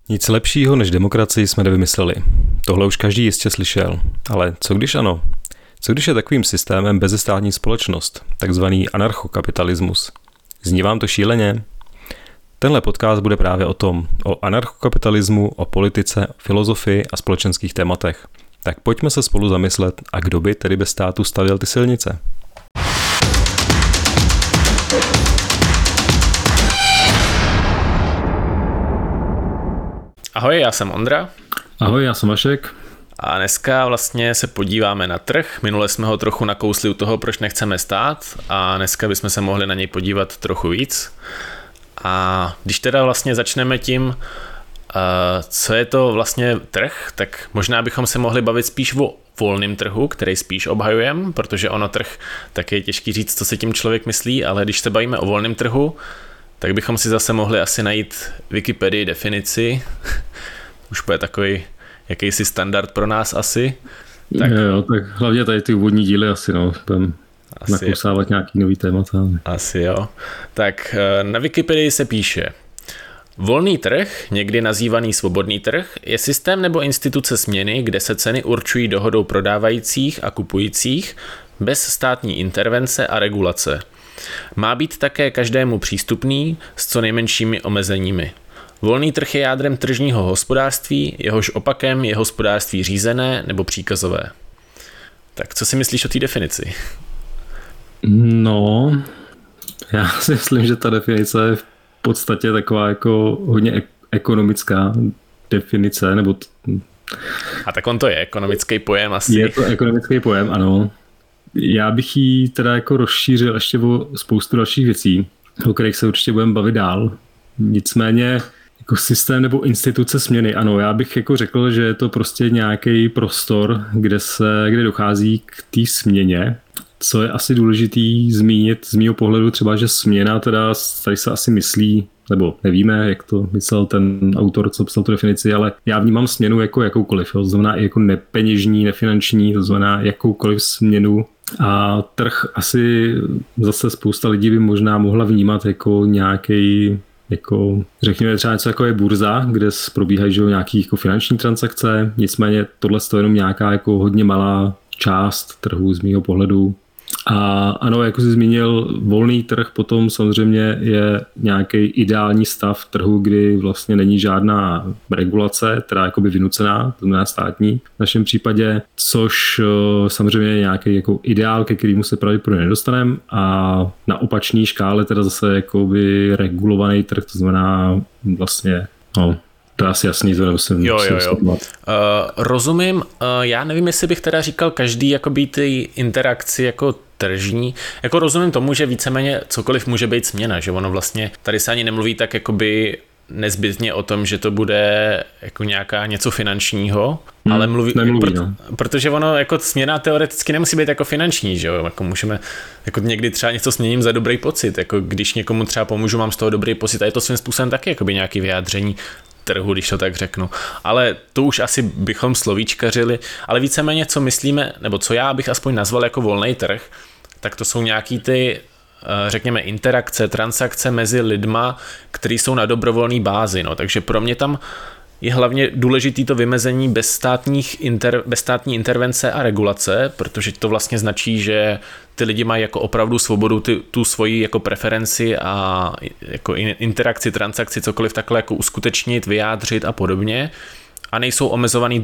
Nic lepšího než demokracii jsme nevymysleli. Tohle už každý jistě slyšel. Ale co když ano? Co když je takovým systémem bezestátní společnost, takzvaný anarchokapitalismus? Zní vám to šíleně? Tenhle podcast bude právě o tom, o anarchokapitalismu, o politice, filozofii a společenských tématech. Tak pojďme se spolu zamyslet, a kdo by tedy bez státu stavěl ty silnice? Ahoj, já jsem Ondra. Ahoj, já jsem Vašek. A dneska vlastně se podíváme na trh. Minule jsme ho trochu nakousli u toho, proč nechceme stát, a dneska bychom se mohli na něj podívat trochu víc. A když teda vlastně začneme tím, co je to vlastně trh, tak možná bychom se mohli bavit spíš o volném trhu, který spíš obhajujeme, protože ono trh, tak je těžký říct, co si tím člověk myslí, ale když se bavíme o volném trhu, tak bychom si zase mohli asi najít Wikipedii definici. Už bude takový jakýsi standard pro nás asi. Tak, jo, tak hlavně tady ty úvodní díly asi, budeme nakousávat nějaký nový témata. Asi jo. Tak na Wikipedii se píše: volný trh, někdy nazývaný svobodný trh, je systém nebo instituce směny, kde se ceny určují dohodou prodávajících a kupujících bez státní intervence a regulace. Má být také každému přístupný s co nejmenšími omezeními. Volný trh je jádrem tržního hospodářství, jehož opakem je hospodářství řízené nebo příkazové. Tak co si myslíš o té definici? No, já si myslím, že ta definice je v podstatě taková jako hodně ekonomická definice, nebo... A tak on to je ekonomický pojem asi. Je to ekonomický pojem, ano. Já bych ji teda jako rozšířil ještě o spoustu dalších věcí, o kterých se určitě budeme bavit dál. Nicméně jako systém nebo instituce směny, ano, já bych jako řekl, že je to prostě nějaký prostor, kde dochází k té směně. Co je asi důležitý zmínit z mýho pohledu třeba, že směna teda tady se asi myslí, nebo nevíme, jak to myslel ten autor, co psal tu definici, ale já vnímám směnu jako jakoukoliv, to znamená i jako nepeněžní, nefinanční, to znamená jakoukoliv směnu. A trh asi zase spousta lidí by možná mohla vnímat jako nějaký, jako řekněme třeba něco jako je burza, kde probíhají nějaké jako finanční transakce, nicméně tohle je jenom nějaká jako hodně malá část trhu z mýho pohledu. A ano, jako jsi zmínil, volný trh potom samozřejmě je nějaký ideální stav trhu, kdy vlastně není žádná regulace, která je jakoby vynucená, to znamená státní v našem případě, což samozřejmě je nějaký jako ideál, ke kterému se pravděpodobně nedostaneme, a na opačné škále teda zase jakoby regulovaný trh, to znamená vlastně, to je asi jasný, to nemusím. Jo. Rozumím, já nevím, jestli bych teda říkal každý jakoby ty interakci jako tržní. Jako rozumím tomu, že víceméně cokoliv může být směna, že ono vlastně tady se ani nemluví tak jakoby nezbytně o tom, že to bude jako něco finančního, ale protože ono jako směna teoreticky nemusí být jako finanční, že jo, jako můžeme, jako někdy třeba něco směním za dobrý pocit, jako když někomu třeba pomůžu, mám z toho dobrý pocit, a je to svým způsobem taky jakoby nějaký vyjádření trhu, když to tak řeknu. Ale to už asi bychom slovíčkařili, ale víceméně co myslíme, nebo co já bych aspoň nazval jako volný trh, tak to jsou nějaký ty, řekněme, interakce, transakce mezi lidma, který jsou na dobrovolné bázi. Takže pro mě tam je hlavně důležitý to vymezení bezstátní intervence a regulace, protože to vlastně značí, že ty lidi mají jako opravdu svobodu tu svoji jako preferenci a jako interakci, transakci, cokoliv takhle jako uskutečnit, vyjádřit a podobně, a nejsou omezovaný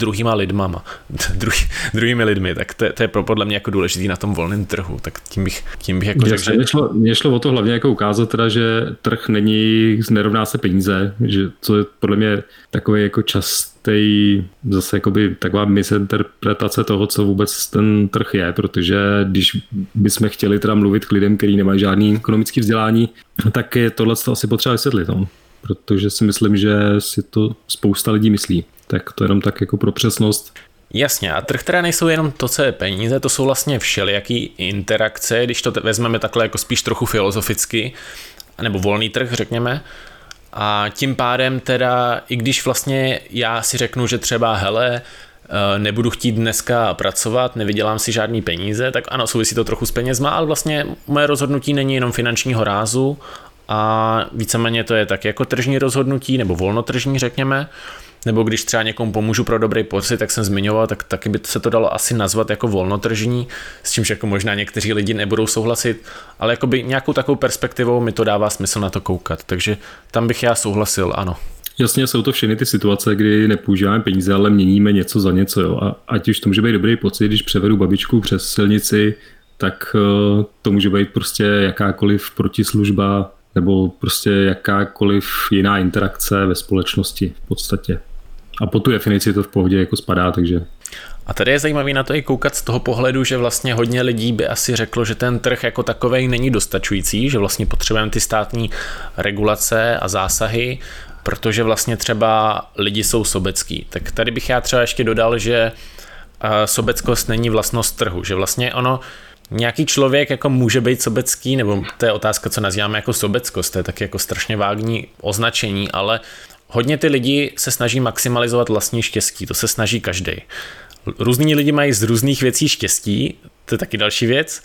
druhými lidmi, tak to je podle mě jako důležitý na tom volném trhu, tak tím bych jako řekl, že... Mně šlo o to hlavně jako ukázat teda, že trh nerovná se peníze, že co je podle mě takový jako častý zase jakoby taková misinterpretace toho, co vůbec ten trh je, protože když bychom chtěli teda mluvit k lidem, kteří nemají žádný ekonomický vzdělání, tak je tohle asi potřeba vysvětlit, protože si myslím, že si to spousta lidí myslí. Tak to jenom tak jako pro přesnost. Jasně, a trh teda nejsou jenom to, co je peníze, to jsou vlastně všelijaký interakce, když to vezmeme takhle jako spíš trochu filozoficky, nebo volný trh, řekněme. A tím pádem teda, i když vlastně já si řeknu, že třeba nebudu chtít dneska pracovat, nevydělám si žádný peníze, tak ano, souvisí to trochu s penězma, ale vlastně moje rozhodnutí není jenom finančního rázu, a víceméně to je tak jako tržní rozhodnutí nebo volnotržní, řekněme. Nebo když třeba někomu pomůžu pro dobrý pocit, tak jsem zmiňoval, tak taky by se to dalo asi nazvat jako volnotržní, s čímž jako možná někteří lidi nebudou souhlasit, ale jakoby nějakou takovou perspektivou mi to dává smysl na to koukat, takže tam bych já souhlasil, ano. Jasně, jsou to všechny ty situace, kdy nepoužíváme peníze, ale měníme něco za něco. Jo. A ať už to může být dobrý pocit, když převedu babičku přes silnici, tak to může být prostě jakákoliv protislužba nebo prostě jakákoliv jiná interakce ve společnosti v podstatě. A po tu definici to v pohodě jako spadá, takže... A tady je zajímavý na to i koukat z toho pohledu, že vlastně hodně lidí by asi řeklo, že ten trh jako takovej není dostačující, že vlastně potřebujeme ty státní regulace a zásahy, protože vlastně třeba lidi jsou sobecký. Tak tady bych já třeba ještě dodal, že sobeckost není vlastnost trhu, že vlastně ono, nějaký člověk jako může být sobecký, nebo to je otázka, co nazýváme jako sobeckost, to je taky jako strašně vágní označení, ale hodně ty lidi se snaží maximalizovat vlastní štěstí, to se snaží každý. Různí lidi mají z různých věcí štěstí, to je taky další věc.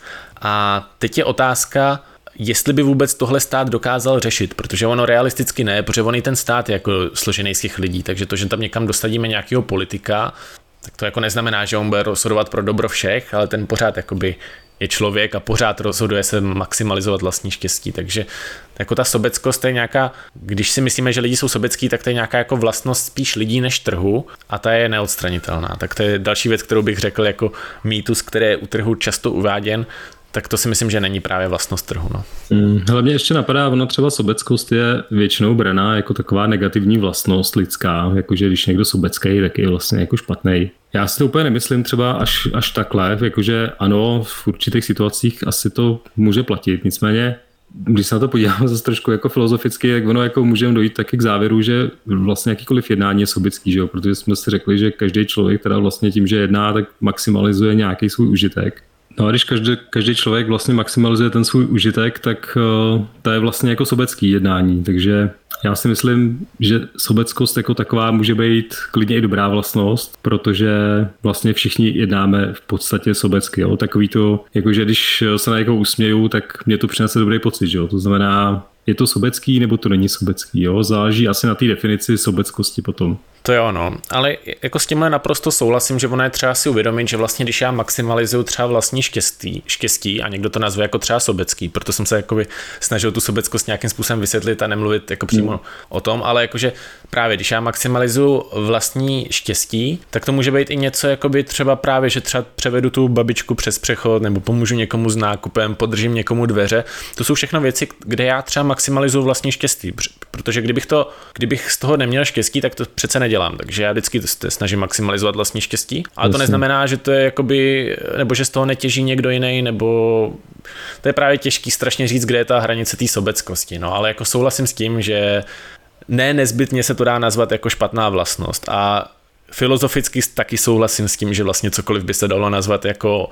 A teď je otázka, jestli by vůbec tohle stát dokázal řešit, protože ono realisticky ne, protože on i ten stát je jako složený z těch lidí, takže to, že tam někam dosadíme nějakého politika, tak to jako neznamená, že on bude rozhodovat pro dobro všech, ale ten pořád jakoby je člověk a pořád rozhoduje se maximalizovat vlastní štěstí, takže jako ta sobeckost je nějaká, když si myslíme, že lidi jsou sobecký, tak to je nějaká jako vlastnost spíš lidí než trhu a ta je neodstranitelná. Tak to je další věc, kterou bych řekl jako mýtus, který je u trhu často uváděn, tak to si myslím, že není právě vlastnost trhu. No. Hlavně ještě napadá, ono třeba sobeckost je většinou braná jako taková negativní vlastnost lidská, jakože když někdo sobecký, tak je vlastně jako špatnej. Já si to úplně nemyslím třeba až takhle, jakože ano, v určitých situacích asi to může platit, nicméně když se na to podíváme zase trošku jako filozoficky, tak ono jako můžeme dojít taky k závěru, že vlastně jakýkoliv jednání je sobecký, že jo? Protože jsme si řekli, že každý člověk teda vlastně tím, že jedná, tak maximalizuje nějaký svůj užitek. No a když každý člověk vlastně maximalizuje ten svůj užitek, tak to je vlastně jako sobecký jednání, takže já si myslím, že sobeckost jako taková může být klidně i dobrá vlastnost, protože vlastně všichni jednáme v podstatě sobecky, jo? Takový to, jakože když se na někoho usměju, tak mě to přinese dobrý pocit, jo? To znamená, je to sobecký nebo to není sobecký, jo? Záleží asi na té definici sobeckosti potom. To jo, no, ale jako s tímhle naprosto souhlasím, že ono je třeba si uvědomit, že vlastně když já maximalizuju třeba vlastní štěstí a někdo to nazve jako třeba sobecký, proto jsem se jakoby snažil tu sobeckost nějakým způsobem vysvětlit a nemluvit jako přímo o tom, ale jakože právě když já maximalizuju vlastní štěstí, tak to může být i něco jakoby třeba právě, že třeba převedu tu babičku přes přechod nebo pomůžu někomu s nákupem, podržím někomu dveře. To jsou všechno věci, kde já třeba maximalizuju vlastní štěstí, protože kdybych z toho neměl štěstí, tak to přece nedělám, takže já vždycky snažím maximalizovat vlastní štěstí, ale to neznamená, že to je jakoby, nebo že z toho netěží někdo jiný, nebo to je právě těžký strašně říct, kde je ta hranice té sobeckosti, no, ale jako souhlasím s tím, že ne nezbytně se to dá nazvat jako špatná vlastnost a filozoficky taky souhlasím s tím, že vlastně cokoliv by se dalo nazvat jako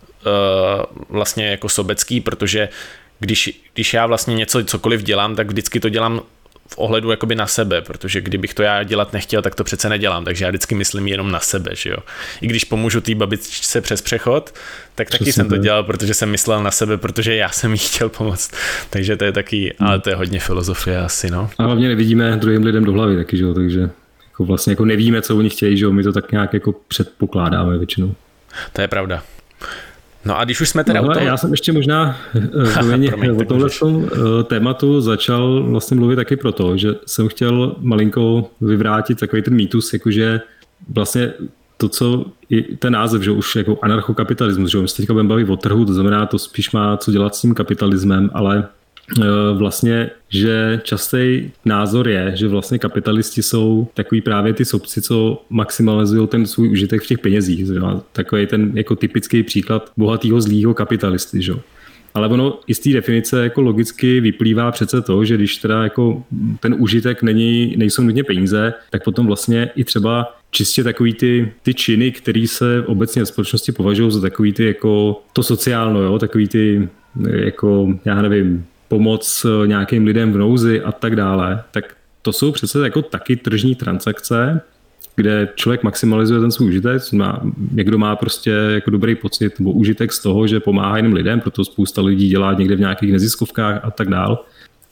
vlastně jako sobecký, protože když já vlastně cokoliv dělám, tak vždycky to dělám v ohledu jakoby na sebe, protože kdybych to já dělat nechtěl, tak to přece nedělám, takže já vždycky myslím jenom na sebe, že jo. I když pomůžu té babičce přes přechod, tak taky jsem to dělal, protože jsem myslel na sebe, protože já jsem jí chtěl pomoct. Takže to je taky, ale to je hodně filozofie asi, no. A hlavně nevidíme druhým lidem do hlavy taky, že jo, takže jako vlastně jako nevíme, co oni chtějí, že jo, my to tak nějak jako předpokládáme většinou. To je pravda. No a když už jsme teda u toho... Já jsem ještě možná o tomhle tématu začal vlastně mluvit taky proto, že jsem chtěl malinko vyvrátit takový ten mýtus, jakože vlastně to, co i ten název, že už jako anarchokapitalismus, že my se teďka budeme bavit o trhu, to znamená, to spíš má co dělat s tím kapitalismem, ale vlastně, že častý názor je, že vlastně kapitalisti jsou takový právě ty sobci, co maximalizují ten svůj užitek v těch penězích. Takový ten jako typický příklad bohatého zlýho kapitalisty. Že? Ale ono i z té definice jako logicky vyplývá přece to, že když teda jako ten užitek nejsou nutně peníze, tak potom vlastně i třeba čistě takový ty činy, které se obecně v společnosti považují za takový ty jako to sociálno, jo? Takový ty jako, já nevím, pomoc nějakým lidem v nouzi a tak dále, tak to jsou přece jako taky tržní transakce, kde člověk maximalizuje ten svůj užitek, někdo má prostě jako dobrý pocit nebo užitek z toho, že pomáhá jiným lidem, proto spousta lidí dělá někde v nějakých neziskovkách a tak dále.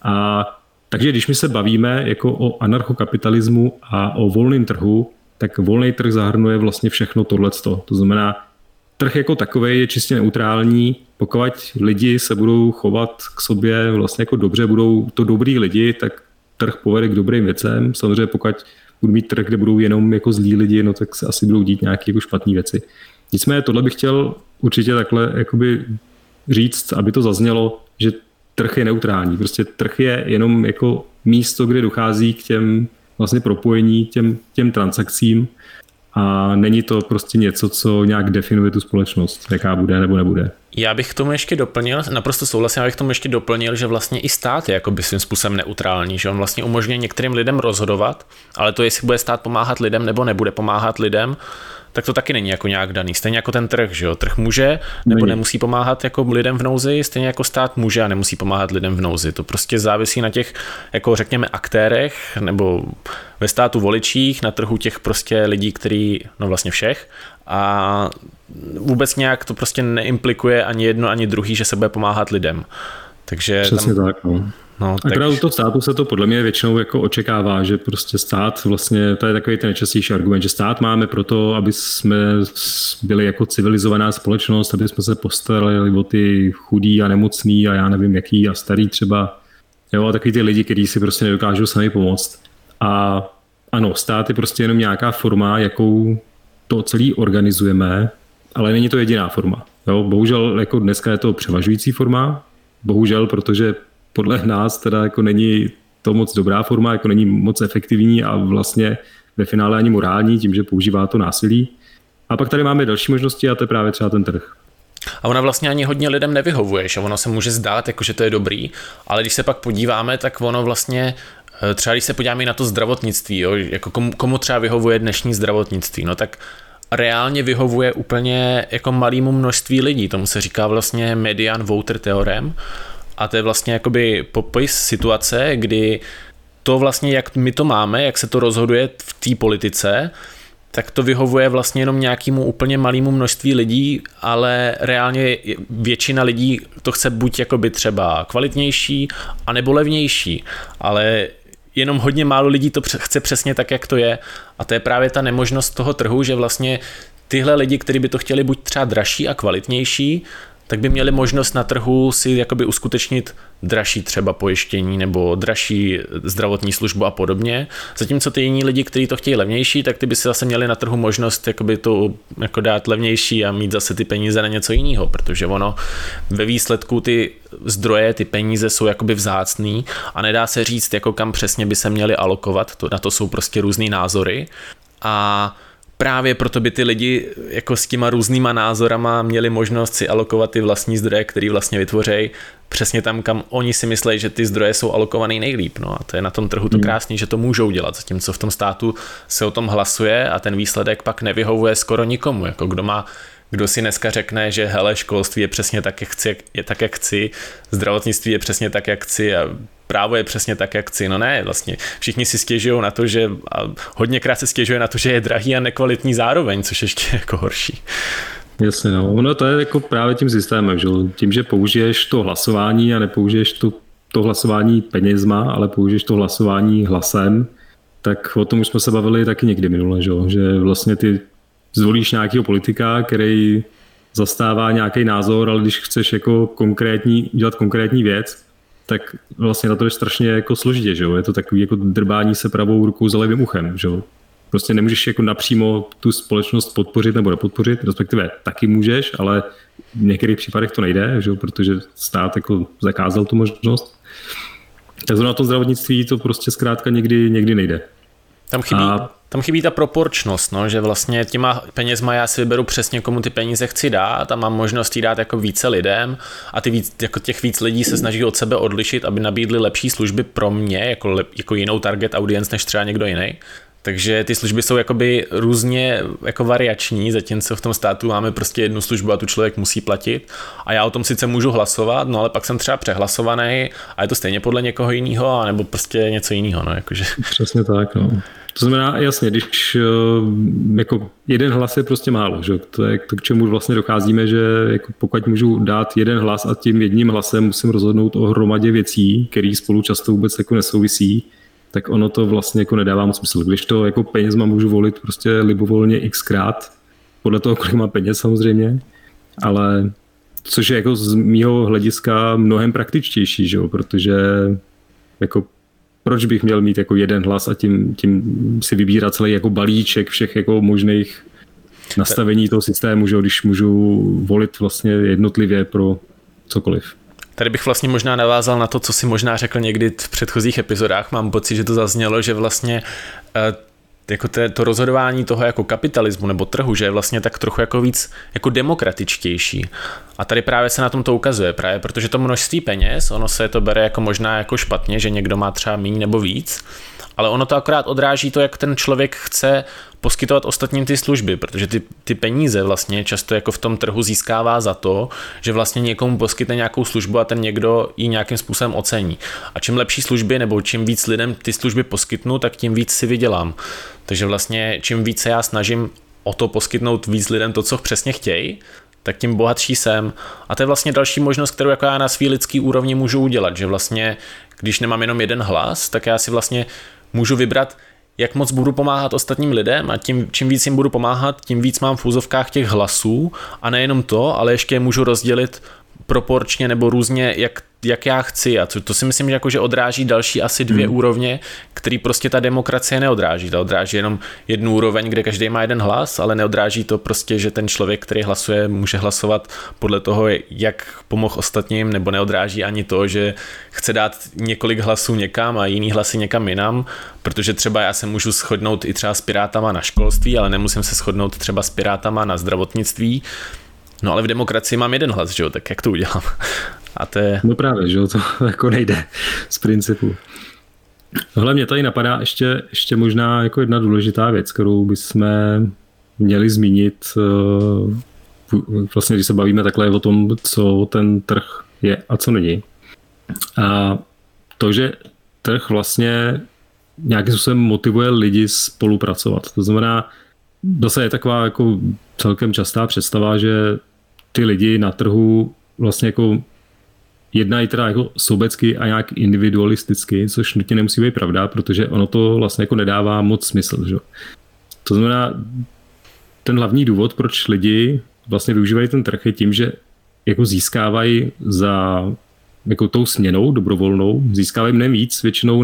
Takže když my se bavíme jako o anarchokapitalismu a o volném trhu, tak volný trh zahrnuje vlastně všechno tohleto. To znamená, trh jako takový je čistě neutrální, pokud lidi se budou chovat k sobě vlastně jako dobře, budou to dobrý lidi, tak trh povede k dobrým věcem. Samozřejmě pokud budu mít trh, kde budou jenom jako zlí lidi, no tak se asi budou dít nějaké jako špatné věci. Nicméně tohle bych chtěl určitě takhle jakoby říct, aby to zaznělo, že trh je neutrální. Prostě trh je jenom jako místo, kde dochází k těm vlastně propojení, těm transakcím a není to prostě něco, co nějak definuje tu společnost, jaká bude nebo nebude. Já bych k tomu ještě doplnil, naprosto souhlasím, já bych k tomu ještě doplnil, že vlastně i stát je jakoby svým způsobem neutrální, že on vlastně umožňuje některým lidem rozhodovat, ale to, jestli bude stát pomáhat lidem nebo nebude pomáhat lidem, tak to taky není jako nějak daný. Stejně jako ten trh, že jo? Trh může nebo nemusí pomáhat jako lidem v nouzi, stejně jako stát může a nemusí pomáhat lidem v nouzi. To prostě závisí na těch, jako řekněme, aktérech nebo ve státu voličích, na trhu těch prostě lidí, který, no vlastně všech. A vůbec nějak to prostě neimplikuje ani jedno, ani druhý, že se bude pomáhat lidem. Takže přesně tak, no. No, akorát u toho státu se to podle mě většinou jako očekává, že prostě stát vlastně, to je takový ten nejčastější argument, že stát máme proto, aby jsme byli jako civilizovaná společnost, aby jsme se postarali o ty chudý a nemocný a já nevím jaký a starý třeba, jo, a takový ty lidi, kteří si prostě nedokážou sami pomoct. A ano, stát je prostě jenom nějaká forma, jakou to celý organizujeme, ale není to jediná forma. Jo, bohužel jako dneska je to převažující forma, bohužel, protože podle nás teda jako není to moc dobrá forma, jako není moc efektivní a vlastně ve finále ani morální, tím, že používá to násilí. A pak tady máme další možnosti a to je právě třeba ten trh. A ona vlastně ani hodně lidem nevyhovuje, že ono se může zdát, jako že to je dobrý, ale když se pak podíváme, tak ono vlastně, třeba když se podíváme na to zdravotnictví, jo, jako komu třeba vyhovuje dnešní zdravotnictví, no tak reálně vyhovuje úplně jako malému množství lidí, tomu se říká vlastně median voter theorem. A to je vlastně jakoby popis situace, kdy to vlastně, jak my to máme, jak se to rozhoduje v té politice, tak to vyhovuje vlastně jenom nějakému úplně malému množství lidí, ale reálně většina lidí to chce buď jakoby třeba kvalitnější, anebo levnější, ale jenom hodně málo lidí to chce přesně tak, jak to je. A to je právě ta nemožnost toho trhu, že vlastně tyhle lidi, kteří by to chtěli buď třeba dražší a kvalitnější, tak by měli možnost na trhu si jakoby uskutečnit dražší třeba pojištění nebo dražší zdravotní službu a podobně. Zatímco ty jiní lidi, kteří to chtějí levnější, tak ty by si zase měli na trhu možnost jakoby to jako dát levnější a mít zase ty peníze na něco jiného, protože ono ve výsledku ty zdroje, ty peníze jsou jakoby vzácný a nedá se říct, jako kam přesně by se měly alokovat, na to jsou prostě různý názory a právě proto by ty lidi jako s těma různýma názorama měli možnost si alokovat ty vlastní zdroje, který vlastně vytvořejí přesně tam, kam oni si myslejí, že ty zdroje jsou alokovaný nejlíp. No a to je na tom trhu to krásný, že to můžou dělat, zatímco v tom státu se o tom hlasuje a ten výsledek pak nevyhovuje skoro nikomu. Jako kdo si dneska řekne, že hele, školství je přesně tak, jak chci, zdravotnictví je přesně tak, jak chci a právo je přesně tak, jak chci. No ne, vlastně všichni si stěžují na to, že a hodněkrát se stěžuje na to, že je drahý a nekvalitní zároveň, což ještě jako horší. Jasně, no. Ono to je jako právě tím systémem, že tím, že použiješ to hlasování a nepoužiješ to hlasování penězma, ale použiješ to hlasování hlasem, tak o tom už jsme se bavili taky někdy minule, že vlastně ty zvolíš nějakého politika, který zastává nějaký názor, ale když chceš jako dělat konkrétní věc, tak vlastně na to je strašně jako složitě, že jo? Je to takový jako drbání se pravou rukou za levým uchem, že jo? Prostě nemůžeš jako napřímo tu společnost podpořit nebo nepodpořit, respektive taky můžeš, ale v některých případech to nejde, že jo? Protože stát jako zakázal tu možnost. Tak na tom zdravotnictví to prostě zkrátka někdy nejde. Tam chybí ta proporčnost, no, že vlastně těma penězma já si vyberu přesně, komu ty peníze chci dát a mám možnost jí dát jako více lidem a těch víc lidí se snaží od sebe odlišit, aby nabídli lepší služby pro mě, jako jinou target audience než třeba někdo jiný. Takže ty služby jsou jakoby různě jako variační, zatímco v tom státu máme prostě jednu službu a tu člověk musí platit a já o tom sice můžu hlasovat, no ale pak jsem třeba přehlasovaný a je to stejně podle někoho jiného, anebo prostě něco jiného, no jakože. Přesně tak, no. To znamená, jasně, když jako jeden hlas je prostě málo, že? To je to, k čemu vlastně docházíme, že jako pokud můžu dát jeden hlas a tím jedním hlasem musím rozhodnout o hromadě věcí, které spolu často vůbec jako nesouvisí, tak ono to vlastně jako nedává moc smysl. Když to jako penězma můžu volit prostě libovolně xkrát, podle toho, kolik má peněz samozřejmě, ale což je jako z mýho hlediska mnohem praktičtější, že? Protože jako proč bych měl mít jako jeden hlas a tím si vybírat celý jako balíček všech jako možných nastavení toho systému, že když můžu volit vlastně jednotlivě pro cokoliv. Tady bych vlastně možná navázal na to, co si možná řekl někdy v předchozích epizodách. Mám pocit, že to zaznělo, že vlastně jako to rozhodování toho jako kapitalismu nebo trhu, že je vlastně tak trochu jako víc jako demokratičtější. A tady právě se na tom to ukazuje, právě protože to množství peněz, ono se to bere jako možná jako špatně, že někdo má třeba míň nebo víc, ale ono to akorát odráží to, jak ten člověk chce poskytovat ostatním ty služby, protože ty peníze vlastně často jako v tom trhu získává za to, že vlastně někomu poskytne nějakou službu a ten někdo ji nějakým způsobem ocení. A čím lepší služby nebo čím víc lidem ty služby poskytnu, tak tím víc si vydělám. Takže vlastně čím více já snažím o to poskytnout víc lidem to, co přesně chtějí, tak tím bohatší jsem. A to je vlastně další možnost, kterou jako já na svý lidský úrovni můžu udělat, že vlastně, když nemám jenom jeden hlas, tak já si vlastně můžu vybrat, jak moc budu pomáhat ostatním lidem a čím víc jim budu pomáhat, tím víc mám v úzovkách těch hlasů a nejenom to, ale ještě je můžu rozdělit proporčně nebo různě, jak já chci. A to si myslím, že jakože odráží další asi dvě úrovně, který prostě ta demokracie neodráží. Ta odráží jenom jednu úroveň, kde každý má jeden hlas, ale neodráží to prostě, že ten člověk, který hlasuje, může hlasovat podle toho, jak pomohl ostatním, nebo neodráží ani to, že chce dát několik hlasů někam a jiný hlasy někam jinam, protože třeba já se můžu shodnout i třeba s pirátama na školství, ale nemusím se shodnout třeba s pirátama na zdravotnictví. No ale v demokracii mám jeden hlas, že jo, tak jak to udělám? A to je... No právě, že jo, to jako nejde z principu. Hlavně tady napadá ještě možná jako jedna důležitá věc, kterou bychom měli zmínit, vlastně když se bavíme takhle o tom, co ten trh je a co není. A to, že trh vlastně nějakým způsobem motivuje lidi spolupracovat. To znamená, zase je taková jako celkem častá představa, že ty lidi na trhu vlastně jako jednají teda jako sobecky a nějak individualisticky, což nutně nemusí být pravda, protože ono to vlastně jako nedává moc smysl. Že? To znamená, ten hlavní důvod, proč lidi vlastně využívají ten trh, je tím, že jako získávají za jako tou směnou dobrovolnou, získávají mnohem víc většinou,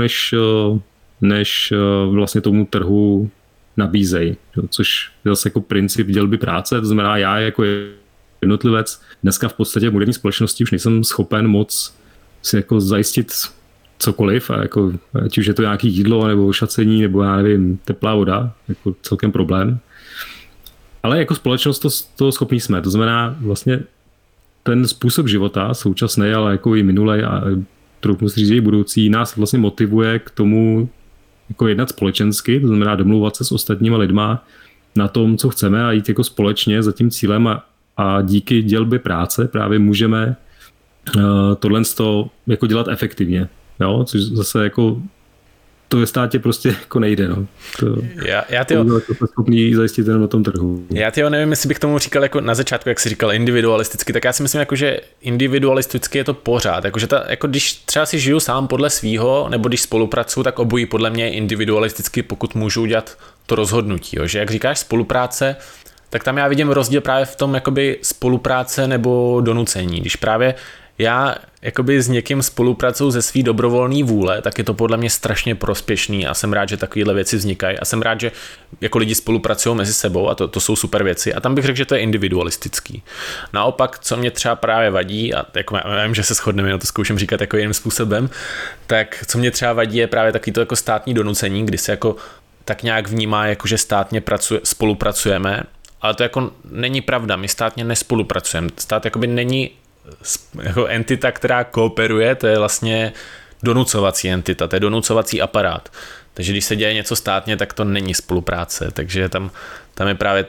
než vlastně tomu trhu nabízejí, což je zase jako princip dělby práce, to znamená já jako jednotlivec dneska v podstatě v moderní společnosti už nejsem schopen moc si jako zajistit cokoliv, a jako, ať už je to nějaké jídlo nebo šacení nebo já nevím, teplá voda, jako celkem problém. Ale jako společnost to schopní jsme, to znamená vlastně ten způsob života současný, ale jako i minulej a trochu si říct i budoucí, nás vlastně motivuje k tomu jako jednat společensky, to znamená domlouvat se s ostatníma lidma na tom, co chceme a jít jako společně za tím cílem a díky dělbě práce právě můžeme tohle jako dělat efektivně. Jo? Což zase jako to ve státě prostě jako nejde. No. Já to schopný zajistit jenom na tom trhu. Já nevím, jestli bych tomu říkal jako na začátku, jak jsi říkal, individualisticky, tak já si myslím, jako, že individualisticky je to pořád. Jako když třeba si žiju sám podle svýho, nebo když spolupracuju, tak obojí podle mě je individualisticky, pokud můžu udělat to rozhodnutí. Jo? Že jak říkáš spolupráce, tak tam já vidím rozdíl právě v tom jakoby spolupráce nebo donucení. Když právě já jakoby s někým spolupracuju ze svý dobrovolné vůle, tak je to podle mě strašně prospěšný a jsem rád, že takovéhle věci vznikají a jsem rád, že jako lidi spolupracují mezi sebou a to jsou super věci a tam bych řekl, že to je individualistický. Naopak, co mě třeba právě vadí, a jako já vím, že se shodneme, já to zkouším říkat jako jiným způsobem, tak co mě třeba vadí je právě takový to jako státní donucení, kdy se jako tak nějak vnímá, jako že státně spolupracujeme, ale to jako není pravda, my státně nespolupracujeme. Stát jakoby není jako entita, která kooperuje, to je vlastně donucovací entita, to je donucovací aparát. Takže když se děje něco státně, tak to není spolupráce, takže tam je právě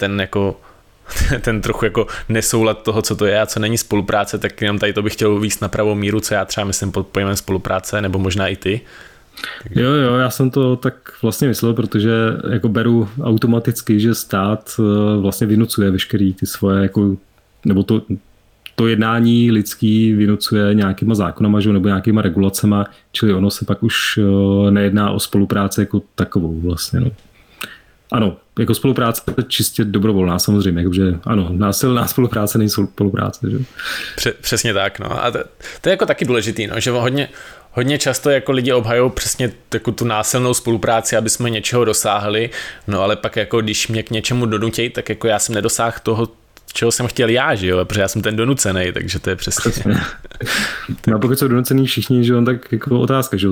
ten trochu jako nesoulad toho, co to je a co není spolupráce, tak jenom tady to bych chtěl víc na pravou míru, co já třeba myslím pod pojmem spolupráce, nebo možná i ty. Jo, já jsem to tak vlastně myslel, protože jako beru automaticky, že stát vlastně vynucuje veškerý ty svoje, jako, nebo to jednání lidský vynucuje nějakýma zákonama, že, nebo nějakýma regulacema, čili ono se pak už nejedná o spolupráci jako takovou vlastně. No. Ano, jako spolupráce je čistě dobrovolná samozřejmě, jakože ano, násilná spolupráce není spolupráce. Že? Přesně tak, no. A to je jako taky důležitý, no, že hodně často jako lidi obhajují přesně jako tu násilnou spolupráci, aby jsme něčeho dosáhli, no ale pak jako když mě k něčemu donutějí, tak jako já jsem nedosáhl toho, čeho jsem chtěl já, že jo, protože já jsem ten donucený, takže to je přesně. No a pokud jsou donucený všichni, že on tak jako otázka, že jo,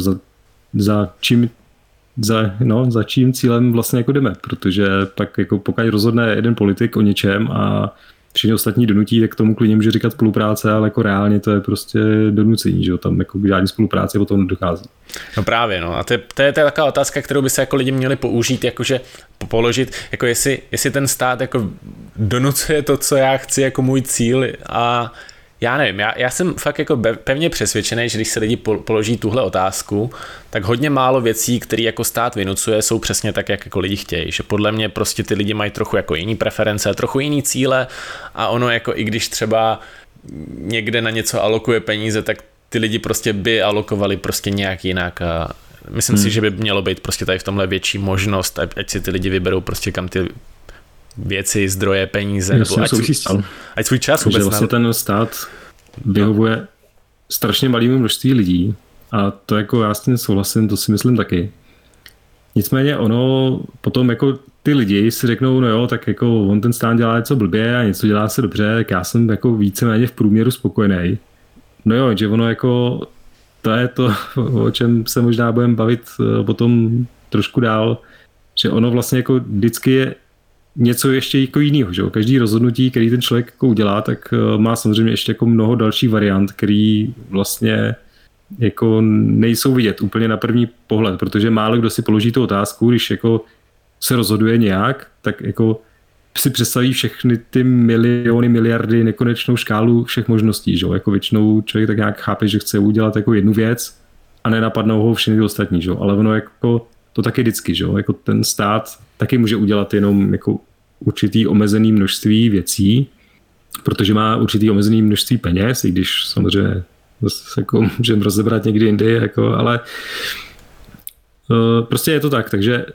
za čím cílem vlastně jako jdeme, protože tak jako pokud rozhodne jeden politik o něčem a všichni ostatní donutí, tak tomu klidně může říkat spolupráce, ale jako reálně to je prostě donucení, že jo, tam jako žádný spolupráce potom nedochází. No právě, no a to je taková otázka, kterou by se jako lidi měli použít, jakože položit, jako jestli ten stát jako donucuje to, co já chci jako můj cíl a já nevím, já jsem fakt jako pevně přesvědčený, že když se lidi položí tuhle otázku, tak hodně málo věcí, které jako stát vynucuje, jsou přesně tak, jak jako lidi chtějí. Že podle mě prostě ty lidi mají trochu jako jiný preference, trochu jiný cíle a ono jako i když třeba někde na něco alokuje peníze, tak ty lidi prostě by alokovali prostě nějak jinak a myslím si, že by mělo být prostě tady v tomhle větší možnost, ať si ty lidi vyberou prostě kam ty věci, zdroje, peníze, nebo ať svůj čas vůbec. Vlastně ten stát vyhovuje strašně malému množství lidí a to jako já s tím souhlasím, to si myslím taky. Nicméně ono potom jako ty lidi si řeknou, no jo, tak jako on ten stát dělá něco blbě a něco dělá se dobře, tak já jsem jako víceméně v průměru spokojený. No jo, že ono jako to je to, o čem se možná budeme bavit potom trošku dál, že ono vlastně jako vždycky je něco ještě jako jinýho, že jo? Každý rozhodnutí, který ten člověk jako udělá, tak má samozřejmě ještě jako mnoho dalších variant, který vlastně jako nejsou vidět úplně na první pohled, protože málo kdo si položí tu otázku, když jako se rozhoduje nějak, tak jako si představí všechny ty miliony, miliardy, nekonečnou škálu všech možností, že jo? Jako většinou člověk tak nějak chápe, že chce udělat jako jednu věc a nenapadnou ho všechny ty ostatní, že jo? Ale ono jako to taky vždycky, že jo? Jako ten stát taky může udělat jenom jako určitý omezený množství věcí, protože má určitý omezený množství peněz, i když samozřejmě zase jako můžeme rozebrat někdy jindy, jako, ale prostě je to tak, takže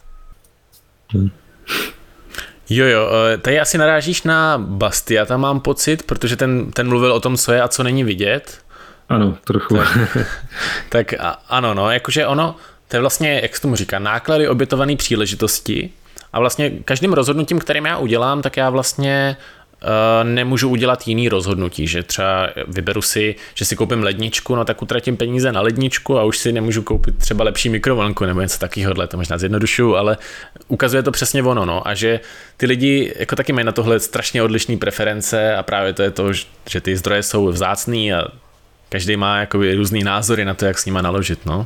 Jo, tady asi narážíš na Bastiata, mám pocit, protože ten mluvil o tom, co je a co není vidět. Ano, trochu. Tak ano, no, jakože ono, to je vlastně, jak se tomu říká, náklady obětované příležitosti a vlastně každým rozhodnutím, kterým já udělám, tak já vlastně nemůžu udělat jiný rozhodnutí, že třeba vyberu si, že si koupím ledničku, no tak utratím peníze na ledničku a už si nemůžu koupit třeba lepší mikrovlnku nebo něco takového, to možná zjednodušuju, ale ukazuje to přesně ono, no, a že ty lidi jako taky mají na tohle strašně odlišné preference a právě to je to, že ty zdroje jsou vzácný a každý má jakoby různý názory na to, jak s nima naložit, no.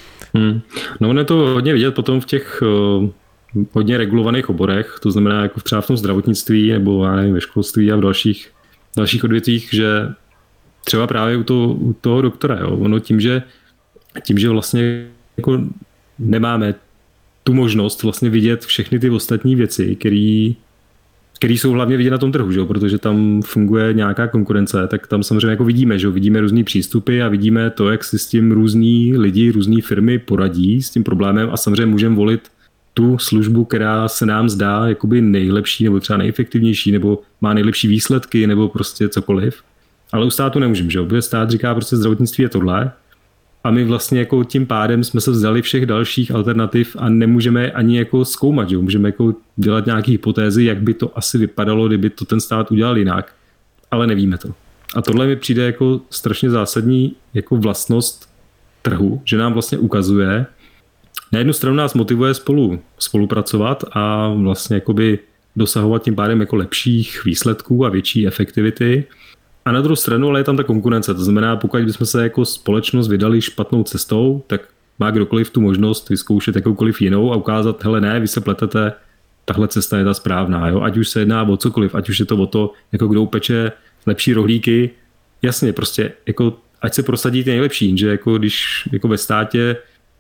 No ono je to hodně vidět potom v těch hodně regulovaných oborech, to znamená jako třeba v tom zdravotnictví nebo já nevím, ve školství a v dalších odvětvích, že třeba právě u toho doktora, jo, ono tím, že vlastně jako nemáme tu možnost vlastně vidět všechny ty ostatní věci, které jsou hlavně vidět na tom trhu, že jo, protože tam funguje nějaká konkurence, tak tam samozřejmě jako vidíme, že jo, vidíme různý přístupy a vidíme to, jak si s tím různý lidi, různý firmy poradí s tím problémem a samozřejmě můžeme volit tu službu, která se nám zdá jakoby nejlepší nebo třeba nejefektivnější nebo má nejlepší výsledky nebo prostě cokoliv. Ale u státu nemůžeme, že jo? Protože stát říká prostě zdravotnictví je tohle a my vlastně jako tím pádem jsme se vzdali všech dalších alternativ a nemůžeme ani jako zkoumat, že jo? Můžeme jako dělat nějaké hypotézy, jak by to asi vypadalo, kdyby to ten stát udělal jinak, ale nevíme to. A tohle mi přijde jako strašně zásadní jako vlastnost trhu, že nám vlastně ukazuje, na jednu stranu nás motivuje spolupracovat a vlastně jakoby dosahovat tím pádem jako lepších výsledků a větší efektivity. A na druhou stranu ale je tam ta konkurence. To znamená, pokud bychom se jako společnost vydali špatnou cestou, tak má kdokoliv tu možnost vyzkoušet jakoukoliv jinou a ukázat, hele ne, vy se pletete, tahle cesta je ta správná. Jo? Ať už se jedná o cokoliv, ať už je to o to, jako kdo upeče lepší rohlíky. Jasně, prostě jako ať se prosadí ty nejlepší, že jako když jako ve státě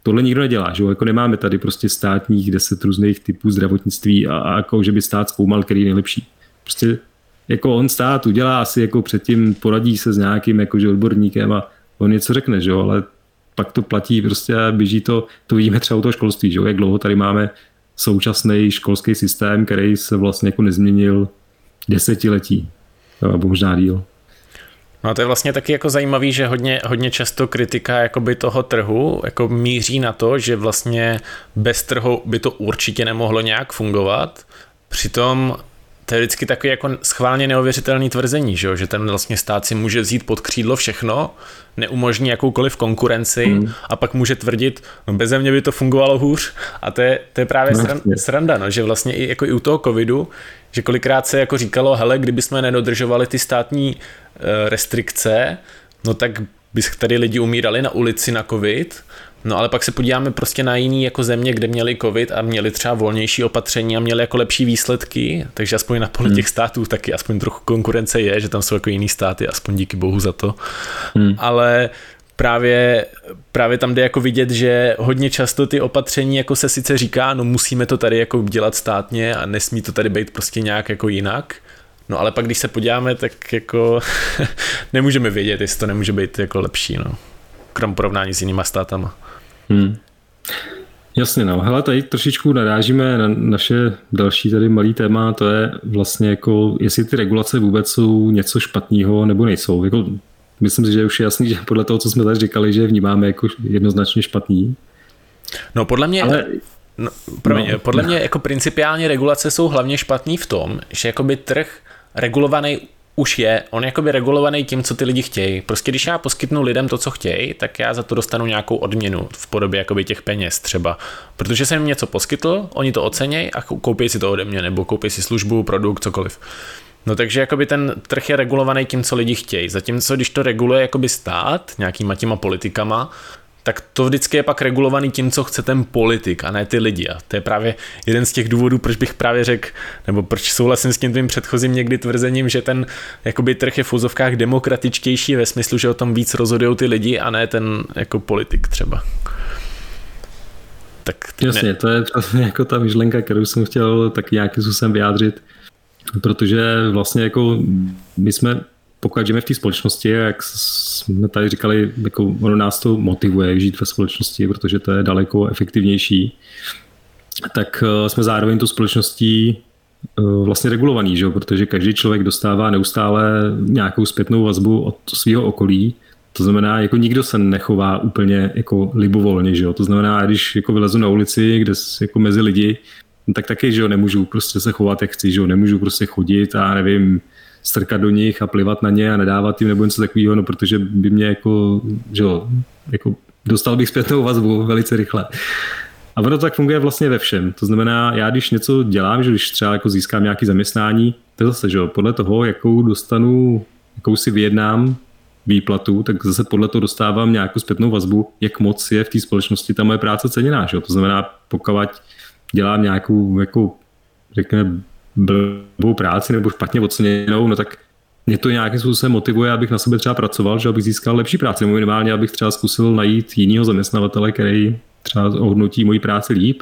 tohle nikdo nedělá, že jo? Jako nemáme tady prostě státních 10 různých typů zdravotnictví a jako, že by stát zkoumal, který je nejlepší. Prostě jako on stát udělá asi jako předtím, poradí se s nějakým jakože odborníkem a on něco řekne, že jo? Ale pak to platí prostě a běží to vidíme třeba u toho školství, že jo? Jak dlouho tady máme současný školský systém, který se vlastně jako nezměnil desetiletí, nebo možná díl. No a to je vlastně taky jako zajímavý, že hodně často kritika jakoby toho trhu jako míří na to, že vlastně bez trhu by to určitě nemohlo nějak fungovat. Přitom to je vždycky takový jako schválně neuvěřitelný tvrzení, že ten vlastně stát si může vzít pod křídlo všechno, neumožní jakoukoliv konkurenci a pak může tvrdit, no beze mě by to fungovalo hůř. A to je právě sranda, no, že vlastně i u toho covidu, že kolikrát se jako říkalo, hele, kdyby jsme nedodržovali ty státní restrikce, no tak by tady lidi umírali na ulici na covid. No ale pak se podíváme prostě na jiný jako země, kde měli covid a měli třeba volnější opatření a měli jako lepší výsledky, takže aspoň na poli těch států taky aspoň trochu konkurence je, že tam jsou jako jiný státy, aspoň díky bohu za to. Ale právě tam jde jako vidět, že hodně často ty opatření jako se sice říká, no musíme to tady jako dělat státně a nesmí to tady být prostě nějak jako jinak. No ale pak když se podíváme, tak jako nemůžeme vědět, jestli to nemůže být jako lepší, no. Krom porovnání s jinýma státama. Jasně, no. Hele, tady trošičku narážíme na naše další tady malý téma, to je vlastně jako, jestli ty regulace vůbec jsou něco špatného nebo nejsou. Jako, myslím si, že už je jasný, že podle toho, co jsme tady říkali, že vnímáme jako jednoznačně špatný. No podle mě... Ale... podle mě jako principiálně regulace jsou hlavně špatný v tom, že jakoby trh regulovaný už je, on je jakoby regulovaný tím, co ty lidi chtějí. Prostě když já poskytnu lidem to, co chtějí, tak já za to dostanu nějakou odměnu v podobě jakoby těch peněz třeba. Protože jsem jim něco poskytl, oni to ocenějí a koupí si to ode mě, nebo koupí si službu, produkt, cokoliv. No takže jakoby ten trh je regulovaný tím, co lidi chtějí. Zatímco když to reguluje jakoby stát nějakýma těma politikama, tak to vždycky je pak regulovaný tím, co chce ten politik a ne ty lidi. A to je právě jeden z těch důvodů, proč bych právě řekl, nebo proč souhlasím s tím tvým předchozím někdy tvrzením, že ten jakoby trh je v úzovkách demokratičtější ve smyslu, že o tom víc rozhodují ty lidi a ne ten jako politik třeba. Tak jasně, to je přesně jako ta myšlenka, kterou jsem chtěl tak nějakým způsobem vyjádřit, protože vlastně jako my jsme pokud žijeme v té společnosti, jak jsme tady říkali, jako ono nás to motivuje žít ve společnosti, protože to je daleko efektivnější, tak jsme zároveň tu společností vlastně regulovaný, že? Protože každý člověk dostává neustále nějakou zpětnou vazbu od svého okolí. To znamená, jako nikdo se nechová úplně jako libovolně, že? To znamená, když jako vylezu na ulici, kde jako mezi lidi, tak taky, že nemůžu prostě se chovat, jak chci, že nemůžu prostě chodit a nevím, strkat do nich a plivat na ně a nedávat jim nebo něco takového, no protože by mě jako, že jo, jako dostal bych zpětnou vazbu velice rychle. A ono to tak funguje vlastně ve všem. To znamená, já když něco dělám, že když třeba jako získám nějaké zaměstnání, to je zase, že jo, podle toho, jakou si vyjednám výplatu, tak zase podle toho dostávám nějakou zpětnou vazbu, jak moc je v té společnosti ta moje práce ceněná, že jo. To znamená, pokud dělám nějakou, jako řekněme, blbou práci nebo špatně oceněnou, no tak mě to nějakým způsobem motivuje, abych na sebe třeba pracoval, že abych získal lepší práci, nebo minimálně abych třeba zkusil najít jinýho zaměstnavatele, který třeba ohodnotí moji práci líp.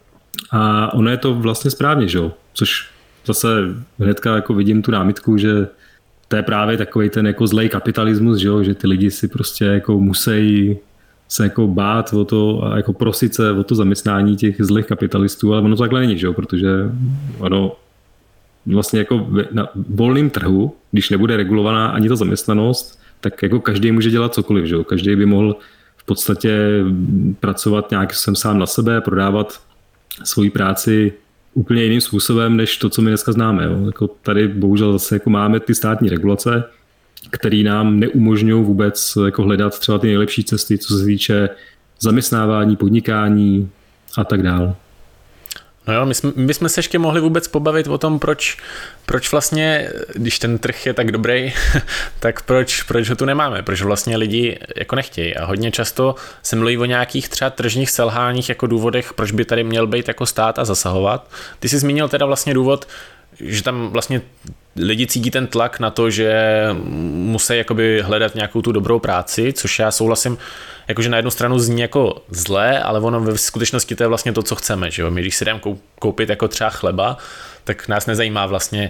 A ono je to vlastně správně, že jo? Což zase hnedka jako vidím tu námitku, že to je právě takovej ten jako zlej kapitalismus, že jo? Že ty lidi si prostě jako musí se jako bát o to a jako prosit se o to zaměstnání těch zlých kapitalistů, ale ono to takhle není, že jo? Protože ono vlastně jako na volném trhu, když nebude regulovaná ani ta zaměstnanost, tak jako každý může dělat cokoliv, že jo? Každý by mohl v podstatě pracovat nějak sám na sebe, prodávat svoji práci úplně jiným způsobem, než to, co my dneska známe. Jo? Jako tady bohužel zase jako máme ty státní regulace, které nám neumožňují vůbec jako hledat třeba ty nejlepší cesty, co se týče zaměstnávání, podnikání a tak dále. No jo, my bychom se ještě mohli vůbec pobavit o tom, proč vlastně, když ten trh je tak dobrý, tak proč ho tu nemáme, proč vlastně lidi jako nechtějí. A hodně často se mluví o nějakých třeba tržních selháních jako důvodech, proč by tady měl být jako stát a zasahovat. Ty jsi zmínil teda vlastně důvod, že tam vlastně lidi cítí ten tlak na to, že musí jakoby hledat nějakou tu dobrou práci, což já souhlasím, jakože na jednu stranu zní jako zlé, ale ono ve skutečnosti to je vlastně to, co chceme, že jo? My když si jdeme koupit jako třeba chleba, tak nás nezajímá vlastně,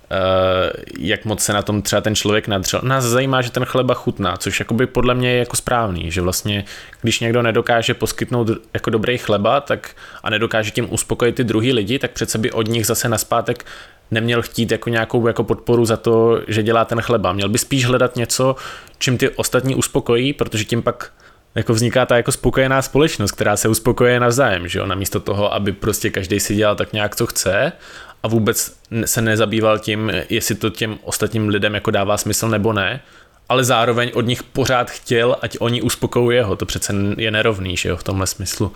jak moc se na tom třeba ten člověk nadřel. Nás zajímá, že ten chleba chutná, což jakoby podle mě je jako správný, že vlastně když někdo nedokáže poskytnout jako dobrý chleba, tak a nedokáže tím uspokojit ty druhý lidi, tak přece by od nich zase naspátek neměl chtít jako nějakou jako podporu za to, že dělá ten chleba. Měl by spíš hledat něco, čím ty ostatní uspokojí, protože tím pak jako vzniká ta jako spokojená společnost, která se uspokoje navzájem, že jo, namísto toho, aby prostě každý si dělal tak nějak, co chce a vůbec se nezabýval tím, jestli to těm ostatním lidem jako dává smysl nebo ne, ale zároveň od nich pořád chtěl, ať oni uspokojí jeho. To přece je nerovný, že jo, v tomhle smyslu.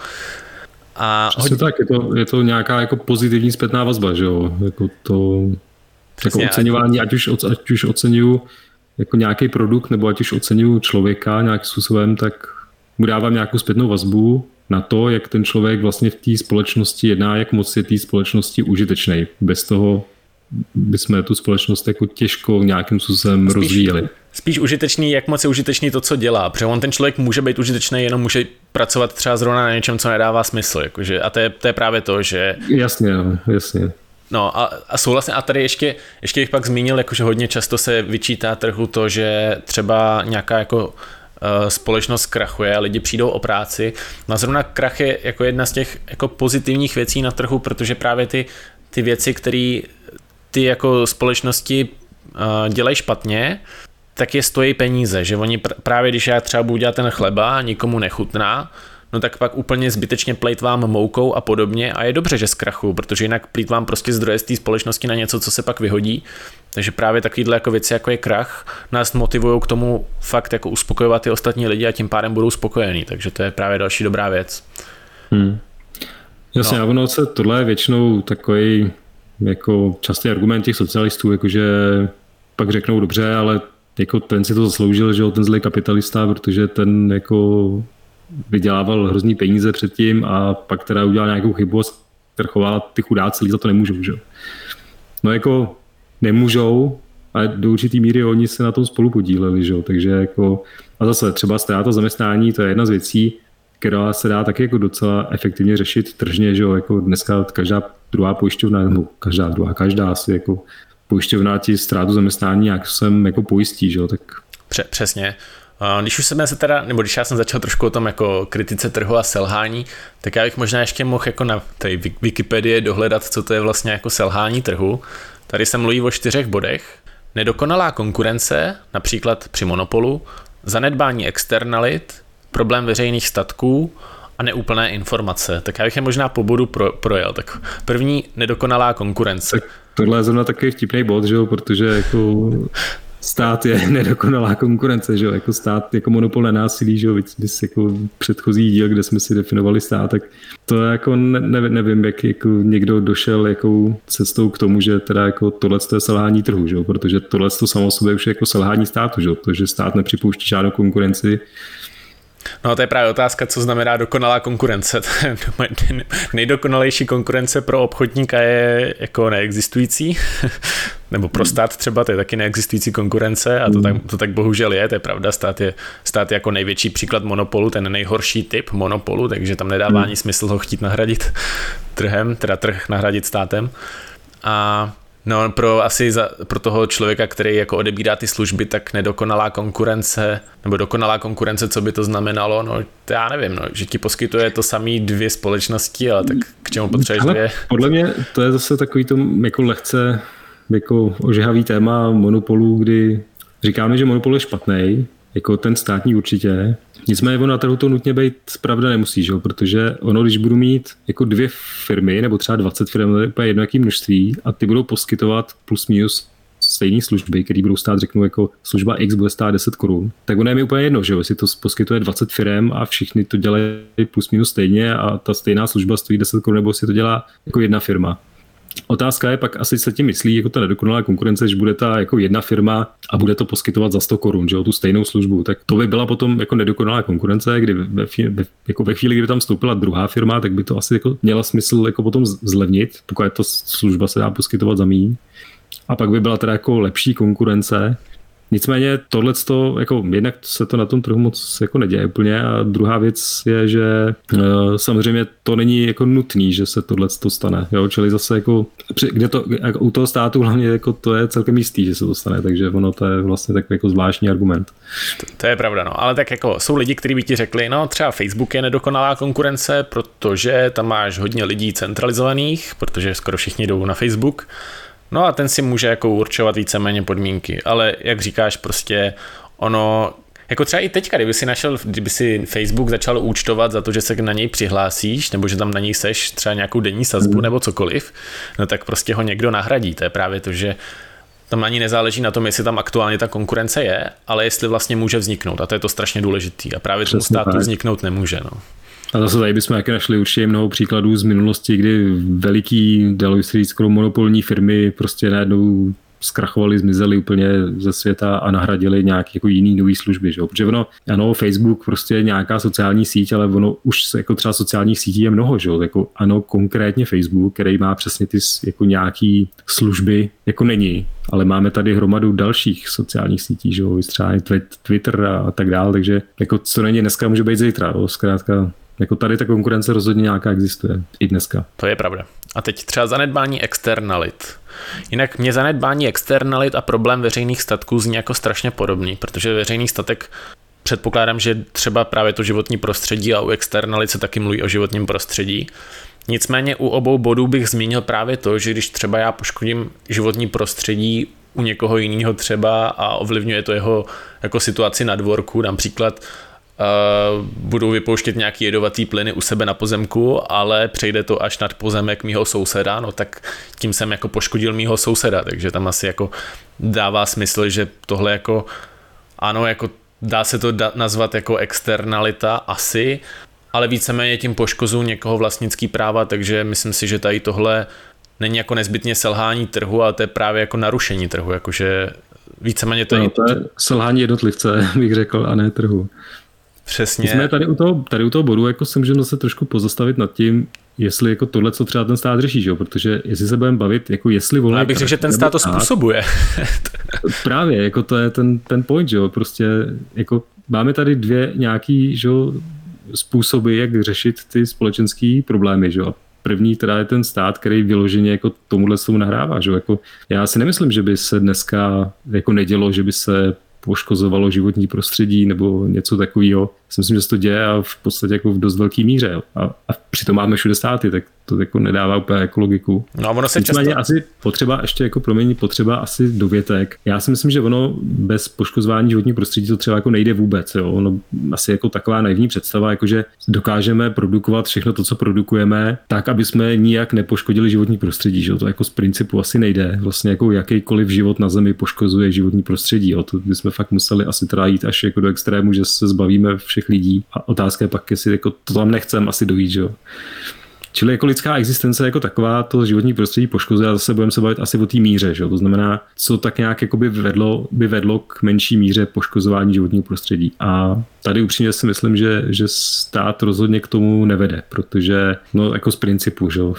A tak, je to nějaká jako pozitivní zpětná vazba, že jo, jako to jako oceňování, ať už oceňuju jako nějaký produkt, nebo ať už oceňuju člověka nějakým způsobem, tak mu dávám nějakou zpětnou vazbu na to, jak ten člověk vlastně v té společnosti jedná, jak moc je té společnosti užitečný. Bez toho bychom tu společnost jako těžko nějakým způsobem rozvíjeli. Spíš užitečný, jak moc je užitečný to, co dělá. Protože on ten člověk může být užitečný, jenom může pracovat třeba zrovna na něčem, co nedává smysl. Jakože, a to je právě to, že... Jasně. No a souhlasně, a tady ještě bych pak zmínil, jakože hodně často se vyčítá trhu to, že třeba nějaká jako společnost krachuje a lidi přijdou o práci. No a zrovna krach je jako jedna z těch jako pozitivních věcí na trhu, protože právě ty věci, které ty jako společnosti dělají špatně, tak je stojí peníze, že oni právě když já třeba budu dělat ten chleba a nikomu nechutná, no tak pak úplně zbytečně plejtvám moukou a podobně a je dobře, že zkrachuju, protože jinak plýtvám prostě zdroje z té společnosti na něco, co se pak vyhodí. Takže právě takovýhle jako věci, jako je krach, nás motivují k tomu fakt jako uspokojovat ty ostatní lidi a tím pádem budou spokojení, takže to je právě další dobrá věc. Jasně, ono se tohle je většinou takový jako častý argument těch socialistů, jakože pak řeknou dobře, ale jako ten si to zasloužil, že ten zlej kapitalista, protože ten jako vydělával hrozný peníze předtím a pak teda udělal nějakou chybu a strchoval, ty chudáci lidi za to nemůžou, že? No jako nemůžou, ale do určitý míry oni se na tom spolu podíleli, že? Takže jako a zase třeba ztráta zaměstnání, to je jedna z věcí, která se dá taky jako docela efektivně řešit tržně, že? Jako dneska každá druhá pojišťovna, nebo každá asi jako pojišťovna ti ztrátu zaměstnání nějak sem jako pojistí, že? Tak přesně. Když už jsme se teda, nebo když já jsem začal trošku o tom jako kritice trhu a selhání, tak já bych možná ještě mohl jako na té Wikipedii dohledat, co to je vlastně jako selhání trhu. Tady se mluví o 4 bodech. Nedokonalá konkurence, například při monopolu, zanedbání externalit, problém veřejných statků a neúplné informace. Tak já bych je možná po bodu projel. Tak první, nedokonalá konkurence. Tak tohle je zrovna takový vtipný bod, že jo, protože jako stát je nedokonalá konkurence, že jo, jako stát, jako monopol na násilí, že jo, víc jako předchozí díl, kde jsme si definovali stát, tak to jako nevím, jak jako někdo došel jakou cestou k tomu, že teda jako tohle je selhání trhu, že jo, protože tohle to samo sobě už je jako selhání státu, že jo, to, že stát nepřipouští žádnou konkurenci. No to je právě otázka, co znamená dokonalá konkurence. Nejdokonalejší konkurence pro obchodníka je jako neexistující, nebo pro stát třeba, to je taky neexistující konkurence a to tak bohužel je, to je pravda, stát je jako největší příklad monopolu, ten nejhorší typ monopolu, takže tam nedává ani smysl ho chtít nahradit trhem, teda trh nahradit státem. A no pro toho člověka, který jako odebírá ty služby, tak nedokonalá konkurence, nebo dokonalá konkurence, co by to znamenalo, no to já nevím, no, že ti poskytuje to samý 2 společnosti, ale tak k čemu potřebuješ 2? Podle mě to je zase takový to jako lehce jako ožehavý téma monopolu, kdy říkáme, že monopol je špatný, jako ten státní určitě. Nicméně na trhu to nutně být pravda nemusí, že? Protože ono, když budu mít jako 2 firmy nebo třeba 20 firm, to je úplně jedno jaký množství a ty budou poskytovat plus minus stejné služby, které budou stát, řeknu, jako služba X bude stát 10 korun, tak ono je mi úplně jedno, že jestli to poskytuje 20 firm a všichni to dělají plus minus stejně a ta stejná služba stojí 10 korun, nebo si to dělá jako jedna firma. Otázka je pak, asi se tím myslí, jako ta nedokonalá konkurence, že bude ta jako jedna firma a bude to poskytovat za 100 korun, že jo, tu stejnou službu, tak to by byla potom jako nedokonalá konkurence, kdy ve chvíli, kdyby tam vstoupila druhá firma, tak by to asi jako měla smysl jako potom zlevnit, pokud ta služba se dá poskytovat za míň. a pak by byla teda jako lepší konkurence. Nicméně tohleto, jako jednak se to na tom trhu moc jako neděje úplně a druhá věc je, že samozřejmě to není jako nutný, že se tohleto stane, jo, čili zase jako, kde to, jako u toho státu hlavně jako to je celkem jistý, že se to stane, takže ono to je vlastně takový jako zvláštní argument. To je pravda, no, ale tak jako jsou lidi, kteří by ti řekli, no třeba Facebook je nedokonalá konkurence, protože tam máš hodně lidí centralizovaných, protože skoro všichni jdou na Facebook. No a ten si může jako určovat víceméně podmínky, ale jak říkáš, prostě ono, jako třeba i teďka, kdyby si Facebook začal účtovat za to, že se na něj přihlásíš, nebo že tam na něj seš třeba nějakou denní sazbu nebo cokoliv, no tak prostě ho někdo nahradí, to je právě to, že tam ani nezáleží na tom, jestli tam aktuálně ta konkurence je, ale jestli vlastně může vzniknout a to je to strašně důležitý a právě tomu státu vzniknout nemůže, no. A zase tady bychom také našli určitě mnoho příkladů z minulosti, kdy veliký, dalo se říct, skoro monopolní firmy prostě najednou zkrachovali, zmizeli úplně ze světa a nahradili nějaký jako jiný nový služby, že? Protože ono, ano, Facebook prostě je nějaká sociální síť, ale ono už jako třeba sociálních sítí je mnoho, že? Jako ano, konkrétně Facebook, který má přesně ty jako nějaký služby, jako není, ale máme tady hromadu dalších sociálních sítí, že? Třeba Twitter a tak dále, takže jako co není dneska, může být zítra, jo? Zkrátka jako tady ta konkurence rozhodně nějaká existuje i dneska. To je pravda. A teď třeba zanedbání externalit. Jinak mě zanedbání externalit a problém veřejných statků zní jako strašně podobný, protože veřejný statek předpokládám, že třeba právě to životní prostředí a u externalit se taky mluví o životním prostředí. Nicméně u obou bodů bych zmínil právě to, že když třeba já poškodím životní prostředí u někoho jiného třeba a ovlivňuje to jeho jako situaci na dvorku, například budou vypouštět nějaký jedovatý plyny u sebe na pozemku, ale přejde to až nad pozemek mýho souseda, no tak tím jsem jako poškodil mýho souseda, takže tam asi jako dává smysl, že tohle jako ano, jako dá se to nazvat jako externalita asi, ale víceméně tím poškozuju někoho vlastnický práva, takže myslím si, že tady tohle není jako nezbytně selhání trhu, ale to je právě jako narušení trhu, jakože víceméně to je... To je selhání jednotlivce, bych řekl, a ne trhu. Přesně. Jsme tady u toho bodu jako se můžeme zase trošku pozastavit nad tím, jestli jako tohle, co třeba ten stát řeší, že? Protože jestli se budeme bavit, jako jestli volný... Já bych řekl, že ten stát to způsobuje. Právě, jako to je ten point, že jo? Prostě jako máme tady dvě nějaký, že jo, způsoby, jak řešit ty společenský problémy, že jo? První teda je ten stát, který vyloženě jako tomuhle tomu nahrává, že jo? Jako já si nemyslím, že by se dneska jako nedělo, že by se poškozovalo životní prostředí nebo něco takového. Myslím, že se to děje a v podstatě jako v dost velký míře. A přitom máme všude státy, tak to jako nedává úplně jako logiku. No, ono se často... asi potřeba ještě jako potřeba asi dovětek. Já si myslím, že ono bez poškozování životního prostředí to třeba jako nejde vůbec. Jo? Ono asi jako taková naivní představa, jako že dokážeme produkovat všechno to, co produkujeme, tak, aby jsme nijak nepoškodili životní prostředí. Že? To jako z principu asi nejde. Vlastně jako jakýkoliv život na Zemi poškozuje životní prostředí. Jo? To bychom fakt museli asi teda jít až jako do extrému, že se zbavíme všech lidí. A otázka je pak, jestli jako to tam nechcem asi dojít, že jo. Čili jako lidská existence jako taková to životní prostředí poškozuje a zase budeme se bavit asi o té míře, že jo. To znamená, co tak nějak jako by vedlo k menší míře poškozování životního prostředí. A tady upřímně si myslím, že stát rozhodně k tomu nevede, protože no jako z principu, že jo.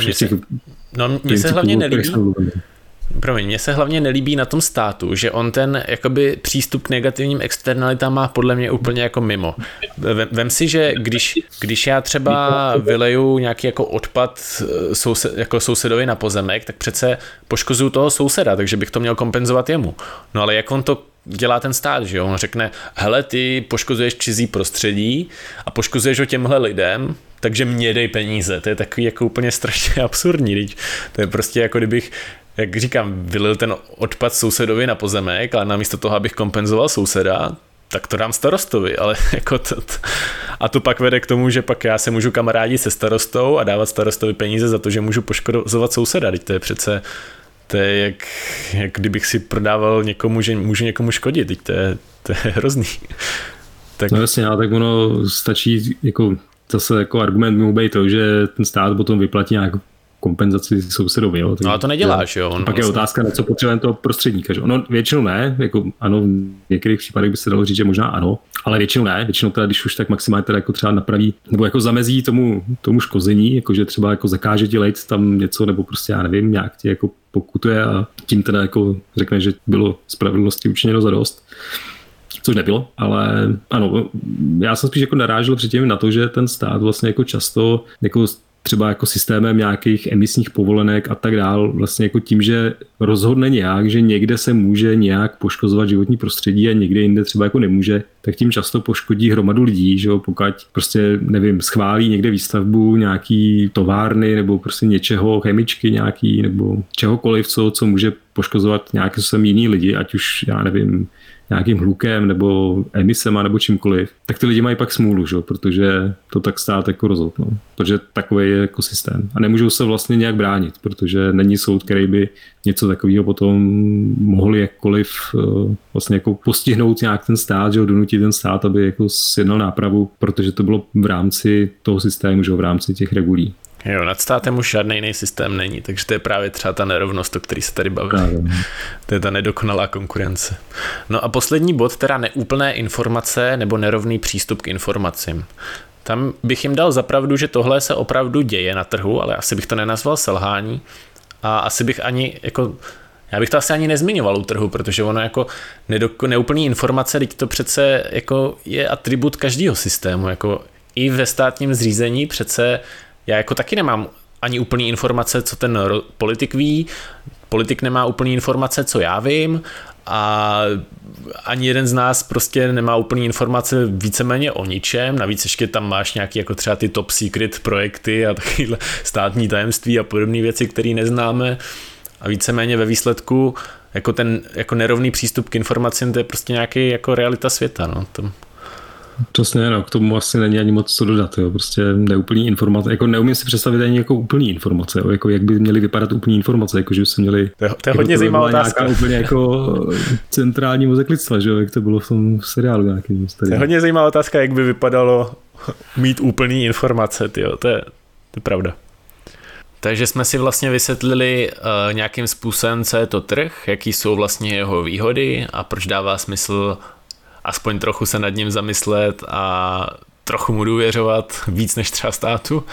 Mně se hlavně nelíbí. Mně se hlavně nelíbí na tom státu, že on ten jakoby přístup k negativním externalitám má podle mě úplně jako mimo. Vem si, že když já třeba vyleju nějaký jako odpad jako sousedovi na pozemek, tak přece poškozuju toho souseda, takže bych to měl kompenzovat jemu. No ale jak on to dělá ten stát, že jo? On řekne, hele, ty poškozuješ cizí prostředí a poškozuješ ho těmhle lidem, takže mě dej peníze. To je takový jako úplně strašně absurdní. To je prostě jako kdybych, jak říkám, vylil ten odpad sousedovi na pozemek, ale namísto toho, abych kompenzoval souseda, tak to dám starostovi, ale jako a to pak vede k tomu, že pak já se můžu kamarádit se starostou a dávat starostovi peníze za to, že můžu poškozovat souseda. Teď to je přece, to je jak kdybych si prodával někomu, že můžu někomu škodit. Teď to je hrozný. Tak... No jasně, ale tak ono stačí, jako zase jako argument může být to, že ten stát potom vyplatí nějakou kompenzaci sousedovi. Jo. No a to neděláš, jo. Pak je otázka, na co potřebujeme toho prostředníka. Že? No většinou ne, jako ano, v některých případech by se dalo říct, že možná ano, ale většinou ne. Většinou teda, když už tak maximálně teda jako třeba napraví, nebo jako zamezí tomu škození, jakože třeba jako zakáže ti lejt tam něco, nebo prostě já nevím, nějak ti jako pokutuje a tím teda jako řekne, že bylo spravedlnosti učiněno za dost. Což nebylo, ale ano, já jsem spíš jako narážel předtím na to, že ten stát vlastně jako často jako třeba jako systémem nějakých emisních povolenek a tak dál, vlastně jako tím, že rozhodne nějak, že někde se může nějak poškozovat životní prostředí a někde jinde třeba jako nemůže, tak tím často poškodí hromadu lidí, že jo, pokud prostě, nevím, schválí někde výstavbu nějaký továrny nebo prostě něčeho, chemičky nějaký nebo čehokoliv, co může poškozovat nějaké jiný lidi, ať už, já nevím, nějakým hlukem nebo emisema nebo čímkoliv, tak ty lidi mají pak smůlu, že? Protože to tak stát jako rozhodl. No. Protože takový je jako systém. A nemůžou se vlastně nějak bránit, protože není soud, který by něco takového potom mohli jakkoliv vlastně jako postihnout nějak ten stát, že donutit ten stát, aby jako sjednal nápravu, protože to bylo v rámci toho systému, že v rámci těch regulí. Jo, nad státem už žádný jiný systém není, takže to je právě třeba ta nerovnost, o který se tady bavíme. To je ta nedokonalá konkurence. No a poslední bod, teda neúplné informace nebo nerovný přístup k informacím. Tam bych jim dal za pravdu, že tohle se opravdu děje na trhu, ale asi bych to nenazval selhání a asi bych ani jako... Já bych to asi ani nezmiňoval u trhu, protože ono jako neúplný informace, teď to přece jako je atribut každého systému, jako i ve státním zřízení přece já jako taky nemám ani úplný informace, co ten politik ví, politik nemá úplný informace, co já vím a ani jeden z nás prostě nemá úplný informace víceméně o ničem, navíc ještě tam máš nějaký jako třeba ty top secret projekty a takovýhle státní tajemství a podobné věci, které neznáme a víceméně ve výsledku jako ten jako nerovný přístup k informacím, to je prostě nějaký jako realita světa, no. Přesně, no, k tomu asi není ani moc co dodat, jo. Prostě neúplný informace, jako neumím si představit ani jako úplný informace, jo. Jako jak by měly vypadat úplný informace, jako že by se měli... To je hodně zajímavá otázka. Nějaká úplně jako centrální mozek lidstva, že jo, jak to bylo v tom seriálu nějakým. To je hodně zajímavá otázka, jak by vypadalo mít úplný informace, tyjo. To je pravda. Takže jsme si vlastně vysvětlili nějakým způsobem, co je to trh, jaký jsou vlastně jeho výhody a proč dává smysl aspoň trochu se nad ním zamyslet a trochu mu důvěřovat víc než třeba státu.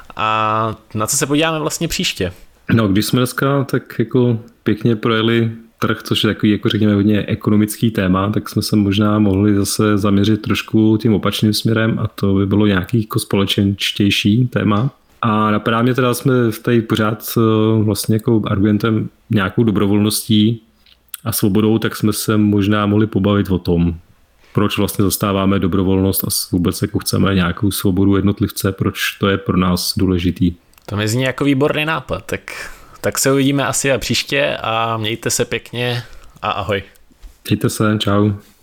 A na co se podíváme vlastně příště? No, když jsme dneska tak jako pěkně projeli trh, což je takový, jako řekněme, hodně ekonomický téma, tak jsme se možná mohli zase zaměřit trošku tím opačným směrem a to by bylo nějaký jako společenštější téma. A napadá mě teda, jsme tady pořád vlastně jako argumentem nějakou dobrovolností a svobodou, tak jsme se možná mohli pobavit o tom, proč vlastně zastáváme dobrovolnost a vůbec jako chceme nějakou svobodu jednotlivce, proč to je pro nás důležitý. To mi zní jako výborný nápad, tak se uvidíme asi a příště a mějte se pěkně a ahoj. Mějte se, čau.